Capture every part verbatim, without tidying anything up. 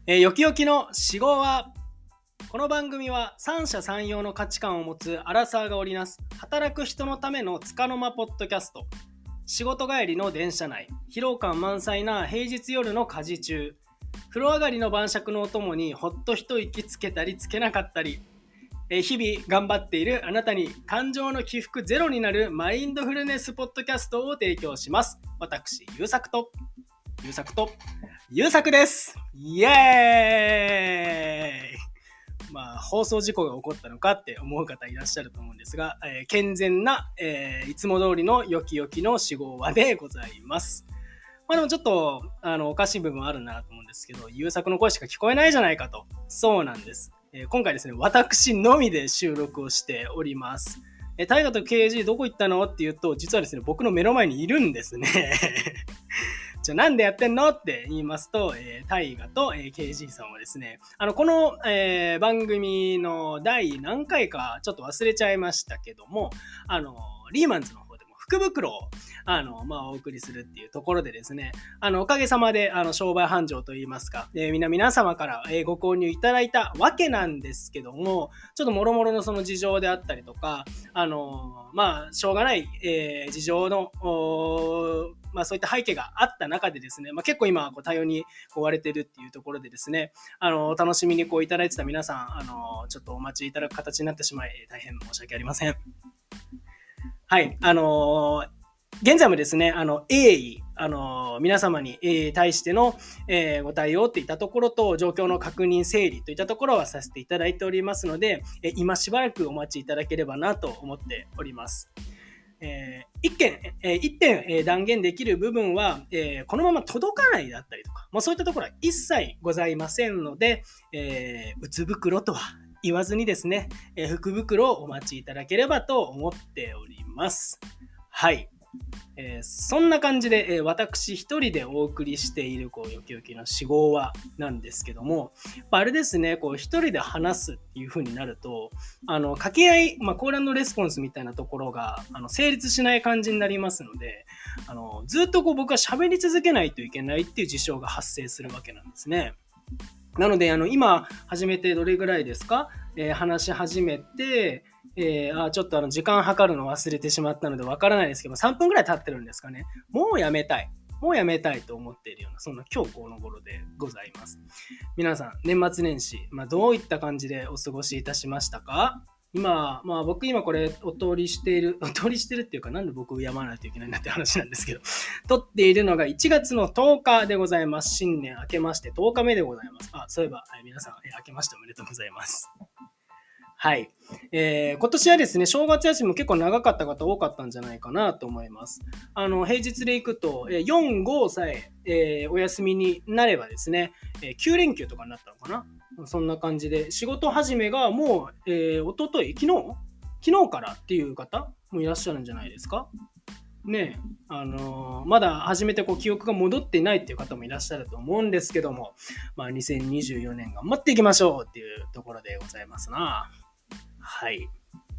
えー、よきよきのし号は、この番組は三者三様の価値観を持つアラサーが織りなす働く人のためのつかの間ポッドキャスト。仕事帰りの電車内、疲労感満載な平日夜の家事中、風呂上がりの晩酌のお供にほっと一息つけたりつけなかったり、えー、日々頑張っているあなたに感情の起伏ゼロになるマインドフルネスポッドキャストを提供します。私、ゆうさくと、ゆうさくと、ゆうさくです。イエーイ。まあ、放送事故が起こったのかって思う方いらっしゃると思うんですが、えー、健全な、えー、いつも通りのよきよきのし号話でございます。まあでもちょっとあのおかしい部分はあるなと思うんですけど、ゆうさくの声しか聞こえないじゃないかと。そうなんです。えー、今回ですね、私のみで収録をしております。えー、大河と ケージー どこ行ったのって言うと、実はですね、僕の目の前にいるんですね。じゃあなんでやってんのって言いますと、えー、大河と、えー、ケージー さんはですね、あのこの、えー、番組の第何回かちょっと忘れちゃいましたけども、あのリーマンズの方でも福袋をあの、まあ、お送りするっていうところでですね、あのおかげさまであの商売繁盛といいますか、えー、皆皆様から、えー、ご購入いただいたわけなんですけども、ちょっともろもろのその事情であったりとか、あのまあしょうがない、えー、事情のまあ、そういった背景があった中でですね、まあ、結構今こう対応に追われているっていうところでですね、あの楽しみにこういただいてた皆さん、あのちょっとお待ちいただく形になってしまい大変申し訳ありません。はい、あのー、現在もですね、あの鋭意、あのー、皆様に、えー、対しての、えー、ご対応っていったところと状況の確認整理といったところはさせていただいておりますので、えー、今しばらくお待ちいただければなと思っております。えー、一件、えー、一点、えー、断言できる部分は、えー、このまま届かないだったりとか、もうそういったところは一切ございませんので、えー、うつ袋とは言わずにですね、えー、福袋をお待ちいただければと思っております。はい。えー、そんな感じで、えー、私一人でお送りしているこうよきよきのし号話なんですけども、あれですね、こう一人で話すっていう風になると、あの掛け合い、まあ、コール&レスポンスみたいなところがあの成立しない感じになりますので、あのずっとこう僕は喋り続けないといけないっていう事象が発生するわけなんですね。なのであの今始めてどれぐらいですか、えー、話し始めて、えー、あちょっとあの時間計るの忘れてしまったのでわからないですけど、さんぷんぐらい経ってるんですかね。もうやめたいもうやめたいと思っているような、そんな今日この頃でございます。皆さん年末年始、まあ、どういった感じでお過ごしいたしましたか？今、まあ僕今これお通りしている、お通りしてるっていうか、なんで僕を敬わないといけないんだって話なんですけど、撮っているのがいちがつのとおかでございます。新年明けましてとおかめでございます。あ、そういえば、はい、皆さん、えー、明けましておめでとうございます。はい、えー、今年はですね、正月休みも結構長かった方多かったんじゃないかなと思います。あの平日で行くとよん、ごさええー、お休みになればですね、えー、きゅうれんきゅうとかになったのかな。そんな感じで仕事始めがもう、えー、おととい昨日昨日からっていう方もいらっしゃるんじゃないですかね。あのー、まだ始めてこう記憶が戻っていないっていう方もいらっしゃると思うんですけども、まあ、にせんにじゅうよねん頑張っていきましょうっていうところでございますな。はい。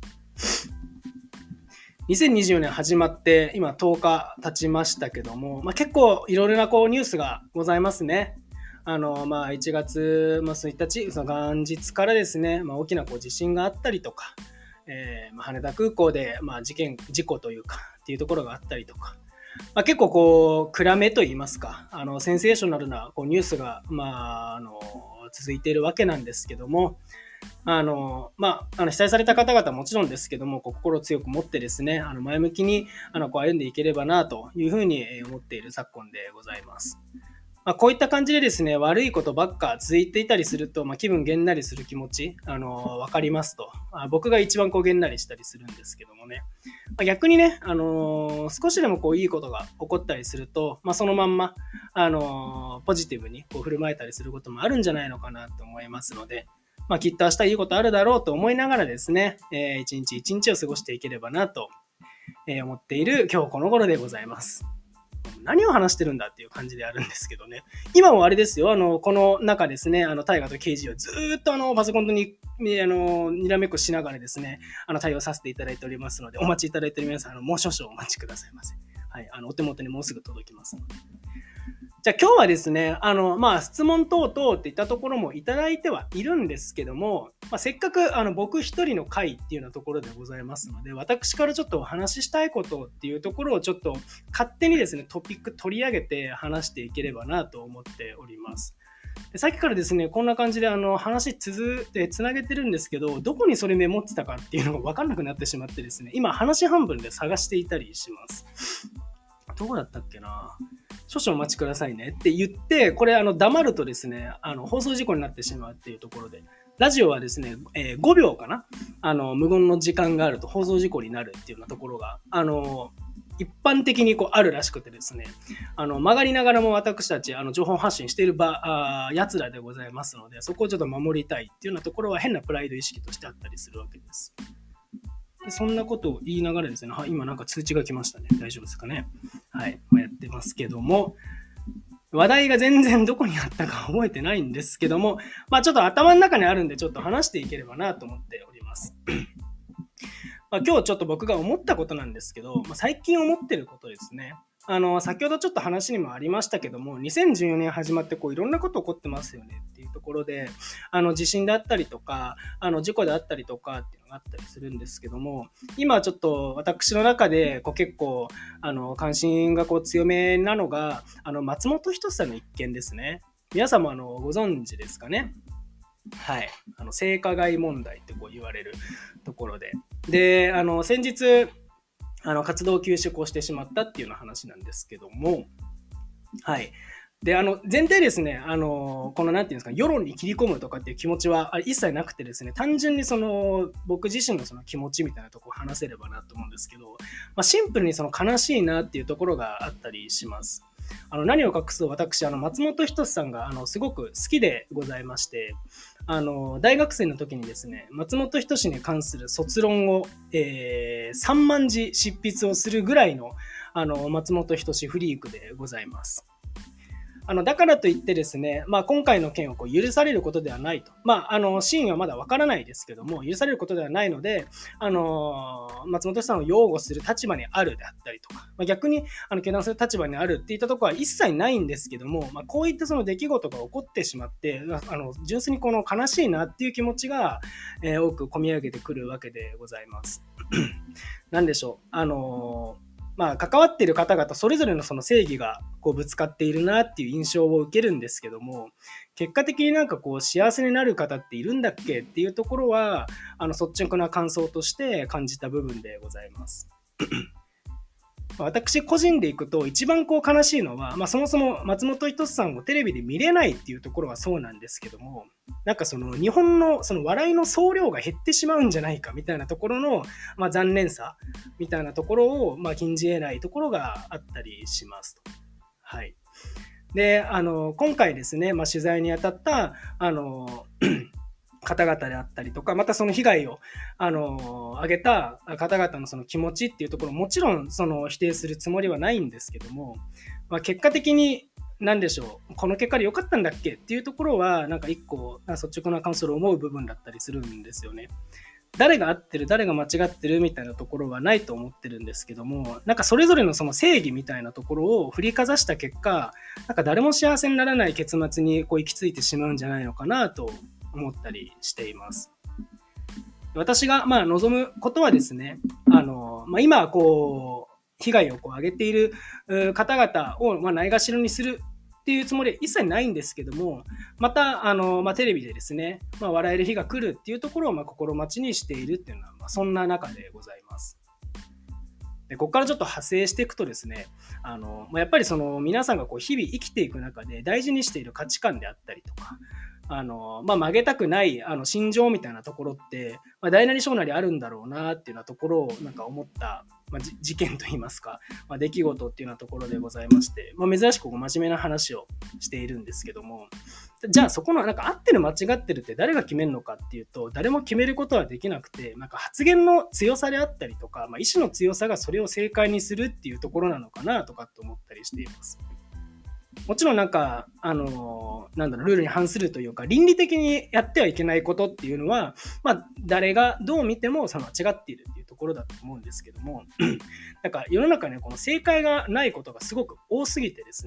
にせんにじゅうよねん始まって今とおか経ちましたけども、まあ、結構いろいろなこうニュースがございますね。あのまあいちがつついたち、その元日からですね、まあ、大きなこう地震があったりとか、えーまあ、羽田空港でまあ事件事故というかっていうところがあったりとか、まあ、結構こう暗めといいますか、あのセンセーショナルなこうニュースがまああの続いているわけなんですけども、あのまあ、あの被災された方々はもちろんですけども、心を強く持ってですね、あの前向きにあのこう歩んでいければなというふうに思っている昨今でございます。まあ、こういった感じでですね、悪いことばっか続いていたりすると、まあ、気分げんなりする気持ち、あの分かりますと。あ僕が一番こうげんなりしたりするんですけどもね、まあ、逆にね、あのー、少しでもこういいことが起こったりすると、まあ、そのまんま、あのー、ポジティブにこう振る舞えたりすることもあるんじゃないのかなと思いますので、まあ、きっと明日いいことあるだろうと思いながらですね、えー、一日一日を過ごしていければなと思っている今日この頃でございます。何を話してるんだっていう感じであるんですけどね。今もあれですよ、あのこの中ですね、あの大河とケージをずっとあのパソコンとにあのにらめっこしながらですね、あの対応させていただいておりますので、お待ちいただいている皆さん、あのもう少々お待ちくださいませ。はい、あのお手元にもうすぐ届きますので。 じゃあ今日はですね、あの、まあ、質問等々っていったところもいただいてはいるんですけども、まあ、せっかくあの僕一人の回っていうようなところでございますので、私からちょっとお話ししたいことっていうところをちょっと勝手にですね、トピック取り上げて話していければなと思っております。でさっきからですね、こんな感じであの話続けてつなげてるんですけど、どこにそれメモってたかっていうのが分かんなくなってしまってですね、今話半分で探していたりします。どこだったっけな、少々お待ちくださいねって言って、これあの黙るとですね、あの放送事故になってしまうっていうところで、ラジオはですね、えー、ごびょうかな、あの無言の時間があると放送事故になるっていうようなところが、あの一般的にこうあるらしくてですね、あの曲がりながらも私たちあの情報発信している場あやつらでございますので、そこをちょっと守りたいっていうようなところは変なプライド意識としてあったりするわけです。でそんなことを言いながらですね、はい、今なんか通知が来ましたね。大丈夫ですかね。はい、まあ、やってますけども、話題が全然どこにあったか覚えてないんですけども、まあちょっと頭の中にあるんでちょっと話していければなと思っております。まあ、今日ちょっと僕が思ったことなんですけど、まあ、最近思ってることですね。あの先ほどちょっと話にもありましたけども、にせんじゅうよねん始まってこういろんなこと起こってますよねっていうところで、あの地震であったりとか、あの事故であったりとかっていうのがあったりするんですけども、今ちょっと私の中でこう結構あの関心がこう強めなのが、あの松本人志さんの一件ですね。皆さんもあのご存知ですかね。はい、あの性加害問題ってこう言われるところで、であの先日あの活動休止をしてしまったっていうような話なんですけども、はい。で、あの、前提ですね、あの、このなんていうんですか、世論に切り込むとかっていう気持ちは一切なくてですね、単純にその、僕自身のその気持ちみたいなところを話せればなと思うんですけど、まあ、シンプルにその悲しいなっていうところがあったりします。あの何を隠そう、私、あの松本人志さんがあのすごく好きでございまして、あの大学生の時にですね、松本人志に関する卒論を、えー、さんまんじ執筆をするぐらいの、あの松本人志フリークでございます。あのだからといってですね、まあ、今回の件をこう許されることではないと、まあ、あの真意はまだわからないですけども、許されることではないので、あの松本さんを擁護する立場にあるであったりとか、まあ、逆にあの懸念する立場にあるっていったところは一切ないんですけども、まあ、こういったその出来事が起こってしまって、あの純粋にこの悲しいなっていう気持ちが、えー、多く込み上げてくるわけでございます。なんでしょう、あのーまあ、関わっている方々それぞれのその正義がこうぶつかっているなっていう印象を受けるんですけども、結果的になんかこう幸せになる方っているんだっけっていうところは、あの率直な感想として感じた部分でございます。私個人でいくと一番こう悲しいのは、まあ、そもそも松本人志さんをテレビで見れないっていうところはそうなんですけども、なんかその日本のその笑いの総量が減ってしまうんじゃないかみたいなところの、まあ、残念さみたいなところを、まあ、禁じ得ないところがあったりしますと。はい。で、あの今回ですね、まあ、取材にあたったあの方々であったりとか、またその被害をあの挙げた方々のその気持ちっていうところ、もちろんその否定するつもりはないんですけども、まあ、結果的に何でしょう、この結果で良かったんだっけっていうところは、なんか一個率直な感想を思う部分だったりするんですよね。誰が合ってる誰が間違ってるみたいなところはないと思ってるんですけども、なんかそれぞれのその正義みたいなところを振りかざした結果、なんか誰も幸せにならない結末にこう行き着いてしまうんじゃないのかなと思ったりしています。私がまあ望むことはですね、あの、まあ、今こう被害をこう上げている方々をまあないがしろにするっていうつもりは一切ないんですけども、またあの、まあ、テレビでですね、まあ、笑える日が来るっていうところをまあ心待ちにしているっていうのは、まあ、そんな中でございます。でここからちょっと派生していくとですね、あのやっぱりその皆さんがこう日々生きていく中で大事にしている価値観であったりとか、あのまあ、曲げたくないあの心情みたいなところって、まあ、大なり小なりあるんだろうなっていうようなところをなんか思った、まあ、事件といいますか、まあ、出来事っていうようなところでございまして、まあ、珍しく真面目な話をしているんですけども、じゃあそこのなんか合ってる間違ってるって誰が決めるのかっていうと、誰も決めることはできなくて、なんか発言の強さであったりとか、まあ、意思の強さがそれを正解にするっていうところなのかなとかって思ったりしています。もちろんなんかあのなんだろうルールに反するというか倫理的にやってはいけないことっていうのは、まあ、誰がどう見てもその間違っているっていうところだと思うんですけどもなんか世の中ねこの正解がないことがすごく多すぎてですね、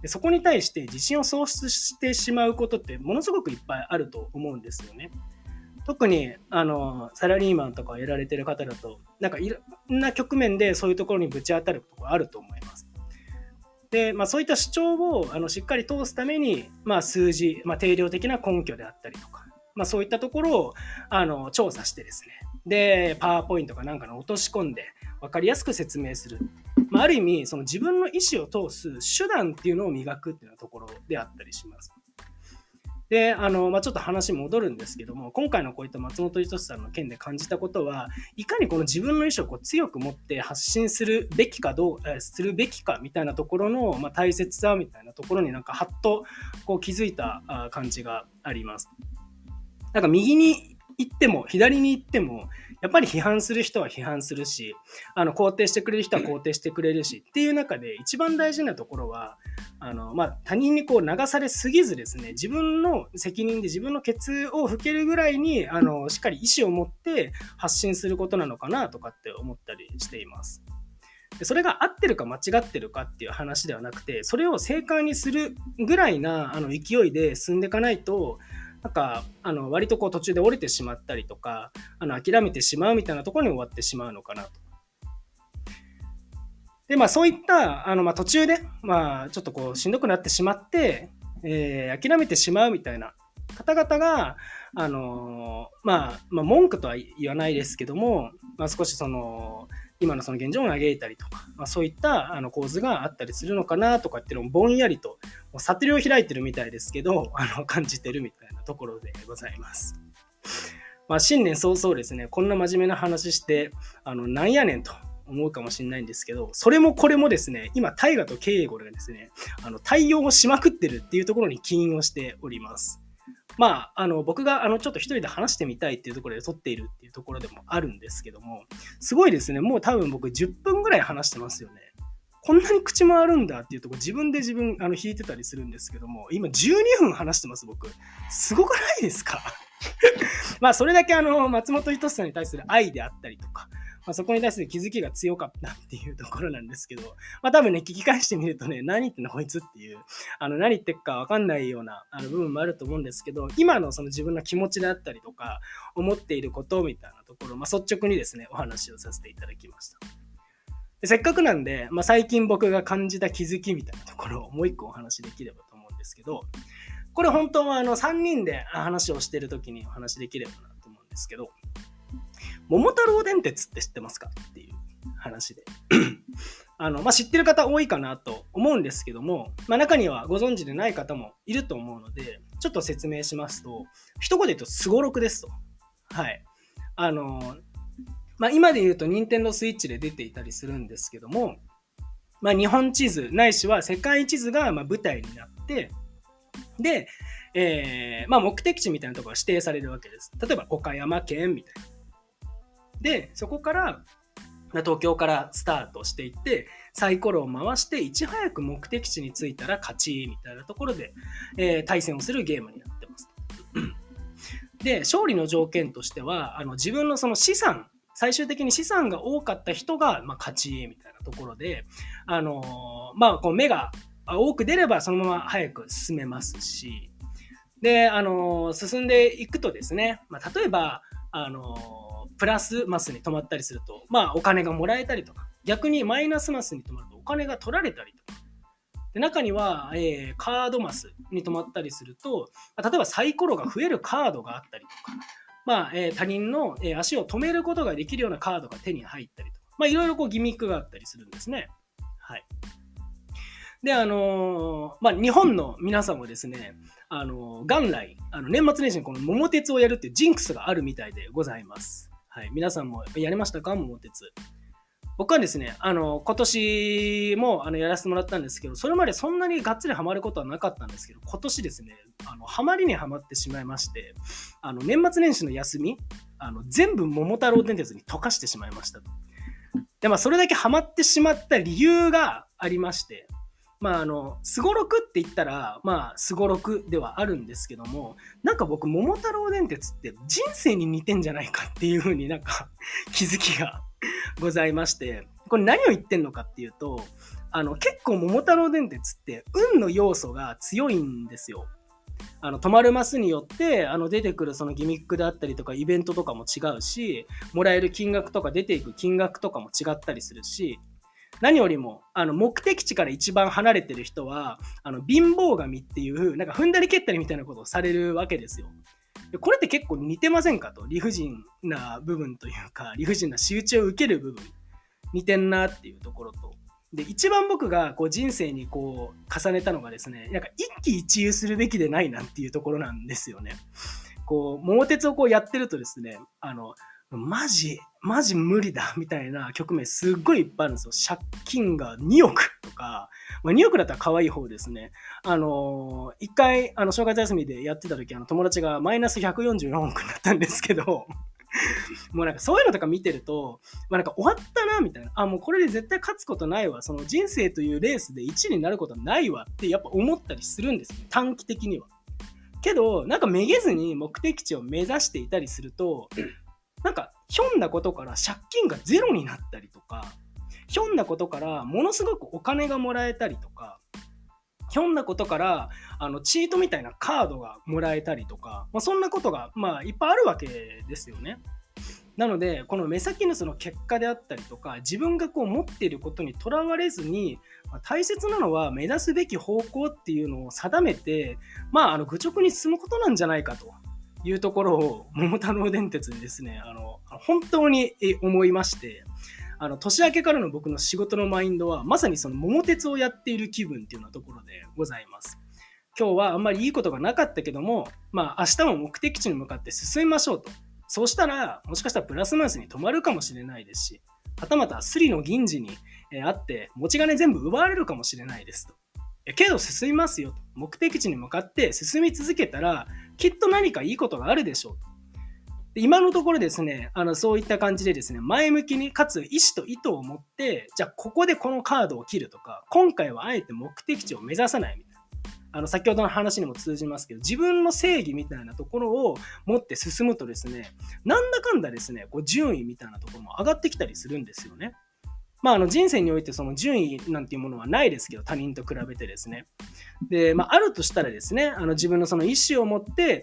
でそこに対して自信を喪失してしまうことってものすごくいっぱいあると思うんですよね。特にあのサラリーマンとかをやられてる方だとなんかいろんな局面でそういうところにぶち当たるところあると思います。で、まあ、そういった主張をあのしっかり通すために、まあ、数字、まあ、定量的な根拠であったりとか、まあ、そういったところをあの調査してですね、でパワーポイントかなんかの落とし込んで分かりやすく説明する、まあ、ある意味その自分の意思を通す手段っていうのを磨くっていうようなところであったりします。であのまあ、ちょっと話戻るんですけども、今回のこういった松本人志さんの件で感じたことは、いかにこの自分の意思をこう強く持って発信するべきかどう、えー、するべきかみたいなところの、まあ、大切さみたいなところになんかハッとこう気づいた感じがあります。なんか右に行っても左に行ってもやっぱり批判する人は批判するし、あの肯定してくれる人は肯定してくれるしっていう中で、一番大事なところはあの、まあ、他人にこう流されすぎずですね、自分の責任で自分のケツを拭けるぐらいにあのしっかり意思を持って発信することなのかなとかって思ったりしています。でそれが合ってるか間違ってるかっていう話ではなくて、それを正解にするぐらいなあの勢いで進んでいかないと、なんかあの割とこう途中で折れてしまったりとか、あの諦めてしまうみたいなところに終わってしまうのかなと。でまあ、そういったあの、まあ、途中で、まあ、ちょっとこうしんどくなってしまって、えー、諦めてしまうみたいな方々が、あのーまあまあ、文句とは言わないですけども、まあ、少しその今のその現状を嘆いたりとか、まあ、そういったあの構図があったりするのかなとかっていうのをぼんやりと悟りを開いてるみたいですけど、あの感じてるみたいなところでございます。まあ、新年早々ですね、こんな真面目な話してあのなんやねんと思うかもしれないんですけど、それもこれもですね、今大河と慶吾がですね、あの対応をしまくってるっていうところに起因をしております。まあ、あの僕があのちょっと一人で話してみたいっていうところで撮っているっていうところでもあるんですけども、すごいですね、もう多分僕じゅっぷんぐらい話してますよね。こんなに口回るんだっていうところ自分で自分あの弾いてたりするんですけども、今じゅうにふん話してます僕。すごくないですか？まあそれだけあの松本人志さんに対する愛であったりとか、まあ、そこに対する気づきが強かったっていうところなんですけど、まあ多分ね、聞き返してみるとね、何言ってんのこいつっていう、あの何言ってっか分かんないようなあの部分もあると思うんですけど、今のその自分の気持ちであったりとか、思っていることみたいなところ、まあ、率直にですね、お話をさせていただきました。でせっかくなんで、まあ、最近僕が感じた気づきみたいなところをもう一個お話できればと思うんですけど、これ本当はあのさんにんで話をしているときにお話できればなと思うんですけど、桃太郎電鉄って知ってますかっていう話であの、まあ、知ってる方多いかなと思うんですけども、まあ、中にはご存知でない方もいると思うので、ちょっと説明しますと、一言で言うとすごろくですと。はいあのまあ、今で言うと任天堂スイッチで出ていたりするんですけども、まあ、日本地図ないしは世界地図がまあ舞台になって、で、えーまあ、目的地みたいなところが指定されるわけです。例えば岡山県みたいな。でそこから東京からスタートしていって、サイコロを回していち早く目的地に着いたら勝ちみたいなところで、えー、対戦をするゲームになってます。で勝利の条件としては、あの自分のその資産、最終的に資産が多かった人が、まあ、勝ちみたいなところで、あのーまあ、こう目が多く出ればそのまま早く進めますし、で、あのー、進んでいくとですね、まあ、例えば、あのープラスマスに止まったりすると、まあ、お金がもらえたりとか、逆にマイナスマスに止まるとお金が取られたりとか、で中には、えー、カードマスに止まったりすると、例えばサイコロが増えるカードがあったりとか、まあえー、他人の、えー、足を止めることができるようなカードが手に入ったりとか、まあ、いろいろこうギミックがあったりするんですね。はい。で、あのーまあ、日本の皆さんもですね、あのー、元来あの年末年始にこの桃鉄をやるっていうジンクスがあるみたいでございます。はい、皆さんもやりましたか、桃鉄。僕はですね、あの今年もあのやらせてもらったんですけど、それまでそんなにがっつりハマることはなかったんですけど、今年ですね、あのハマりにハマってしまいまして、あの年末年始の休み、あの全部桃太郎電鉄に溶かしてしまいました。で、まあ、それだけハマってしまった理由がありまして、まあ、あのすごろくって言ったらまあすごろくではあるんですけども、なんか僕桃太郎電鉄って人生に似てんじゃないかっていう風になんか気づきがございまして、これ何を言ってんのかっていうと、 あの結構桃太郎電鉄って運の要素が強いんですよ。あの止まるマスによってあの出てくるそのギミックであったりとかイベントとかも違うし、もらえる金額とか出ていく金額とかも違ったりするし、何よりもあの目的地から一番離れてる人はあの貧乏神っていうなんか踏んだり蹴ったりみたいなことをされるわけですよ。これって結構似てませんかと、理不尽な部分というか理不尽な仕打ちを受ける部分似てんなっていうところと、で一番僕がこう人生にこう重ねたのがですね、なんか一喜一憂するべきでないなっていうところなんですよね。こう桃鉄をこうやってるとですね、あのマジマジ無理だみたいな局面すっごいいっぱいあるんですよ。借金がにおくとか、まあ、におくだったら可愛い方ですね。あのー、一回あの正月休みでやってた時、あの友達がマイナスひゃくよんじゅうよんおくになったんですけどもうなんかそういうのとか見てると、まあ、なんか終わったなみたいな、あもうこれで絶対勝つことないわ、その人生というレースでいちいになることはないわってやっぱ思ったりするんですよね、短期的には。けどなんかめげずに目的地を目指していたりすると、なんかひょんなことから借金がゼロになったりとか、ひょんなことからものすごくお金がもらえたりとか、ひょんなことからあのチートみたいなカードがもらえたりとか、まあ、そんなことがまあいっぱいあるわけですよね。なのでこの目先のその結果であったりとか、自分がこう持っていることにとらわれずに、まあ、大切なのは目指すべき方向っていうのを定めて、まああの愚直に進むことなんじゃないかというところを桃太郎電鉄でですね、あの本当に思いまして、あの年明けからの僕の仕事のマインドはまさにその桃鉄をやっている気分っていうようなところでございます。今日はあんまりいいことがなかったけども、まあ明日も目的地に向かって進みましょうと。そうしたらもしかしたらプラスマイナスに止まるかもしれないですし、はたまたスリの銀次にあって持ち金全部奪われるかもしれないですと。けど進みますよと。目的地に向かって進み続けたらきっと何かいいことがあるでしょうと。で今のところですね、あのそういった感じでですね、前向きにかつ意志と意図を持って、じゃあここでこのカードを切るとか、今回はあえて目的地を目指さないみたいな、あの先ほどの話にも通じますけど、自分の正義みたいなところを持って進むとですね、なんだかんだですね、こう順位みたいなところも上がってきたりするんですよね。まあ、あの人生においてその順位なんていうものはないですけど、他人と比べてですね。で、まあ、あるとしたらですね、あの自分のその意思を持って、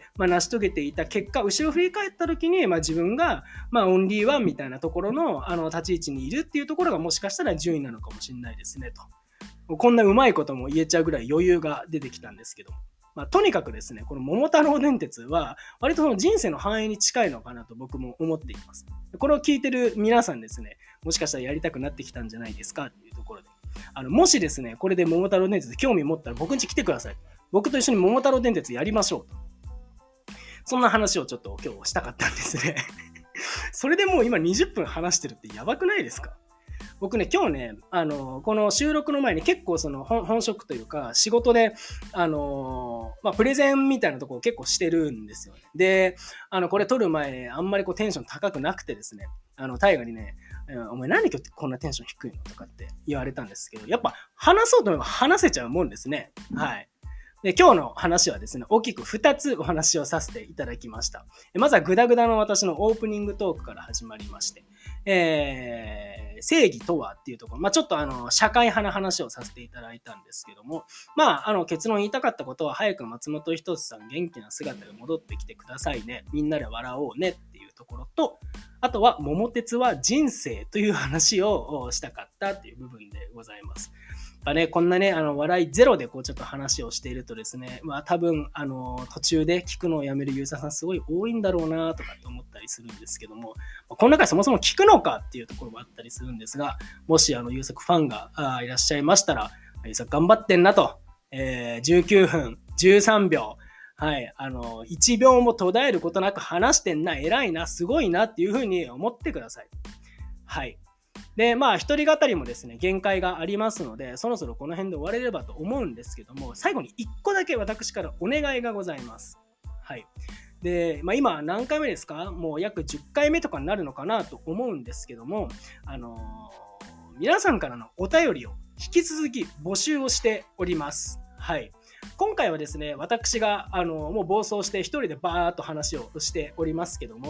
まあ、成し遂げていた結果、後ろ振り返った時に、まあ、自分が、まあ、オンリーワンみたいなところの、あの立ち位置にいるっていうところがもしかしたら順位なのかもしれないですねと。こんなうまいことも言えちゃうぐらい余裕が出てきたんですけども。まあ、とにかくですね、この桃太郎電鉄は割とその人生の繁栄に近いのかなと僕も思っています。これを聞いてる皆さんですね、もしかしたらやりたくなってきたんじゃないですかっていうところで、あのもしですね、これで桃太郎電鉄興味持ったら僕ん家来てください。僕と一緒に桃太郎電鉄やりましょうと。そんな話をちょっと今日したかったんですね。それでもう今にじゅっぷん話してるってやばくないですか？僕ね、今日ね、あのこの収録の前に結構その 本, 本職というか仕事で、あのまあ、プレゼンみたいなところを結構してるんですよね。で、あのこれ撮る前あんまりこうテンション高くなくてですね、あの大河にね、お前何で今日こんなテンション低いのとかって言われたんですけど、やっぱ話そうと思えば話せちゃうもんですね。はい。で今日の話はですね、大きくふたつお話をさせていただきました。まずはグダグダの私のオープニングトークから始まりまして、えー、正義とはっていうところ、まあ、ちょっとあの社会派な話をさせていただいたんですけども、まあ、あの結論言いたかったことは、早く松本人志さん元気な姿で戻ってきてくださいね、みんなで笑おうねっていうところと、あとは桃鉄は人生という話をしたかったっていう部分でございます。まあね、こんなね、あの笑いゼロでこうちょっと話をしているとですね、まあ多分あの途中で聞くのをやめるユーザーさんすごい多いんだろうなとかって思ったりするんですけども、この中でそもそも聞くのかっていうところもあったりするんですが、もしあの優作ファンがいらっしゃいましたら、優作頑張ってんなと、えー、じゅうきゅうふんじゅうさんびょう、はい、あのいちびょうも途絶えることなく話してんな、偉いな、すごいなっていうふうに思ってください。はい。で、まあ、一人語りもですね、限界がありますので、そろそろこの辺で終われればと思うんですけども、最後にいっこだけ私からお願いがございます。はい。で、まあ、今何回目ですか？もう約じゅっかいめとかになるのかなと思うんですけども、あのー、皆さんからのお便りを引き続き募集をしております。はい。今回はですね、私があのもう暴走して一人でバーっと話をしておりますけども、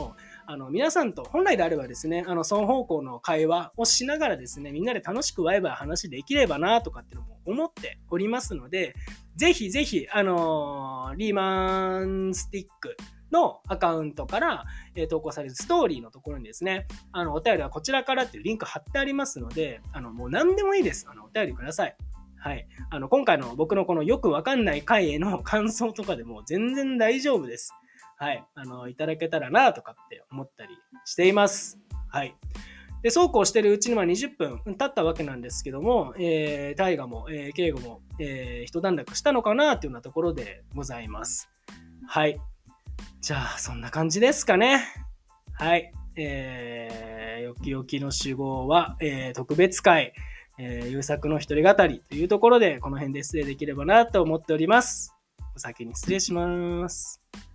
あの皆さんと本来であればですね、あの双方向の会話をしながらですね、みんなで楽しくワイワイ話できればなとかっていうのも思っておりますので、ぜひぜひ、あのー、リーマンスティックのアカウントから、えー、投稿されるストーリーのところにですね、あのお便りはこちらからっていうリンク貼ってありますので、あのもう何でもいいです。あのお便りください。はい。あの今回の僕のこのよくわかんない回への感想とかでも全然大丈夫です。はい。あのいただけたらなとかって思ったりしています。はい。で、そうこうしてるうちにはにじゅっぷん経ったわけなんですけども、えー、大河も、えー、敬語も、えー、一段落したのかなというようなところでございます。はい。じゃあ、そんな感じですかね。はい。えー、よきよきの酒豪は、えー、特別会、えー、優作の一人語りというところで、この辺で失礼できればなと思っております。お先に失礼します。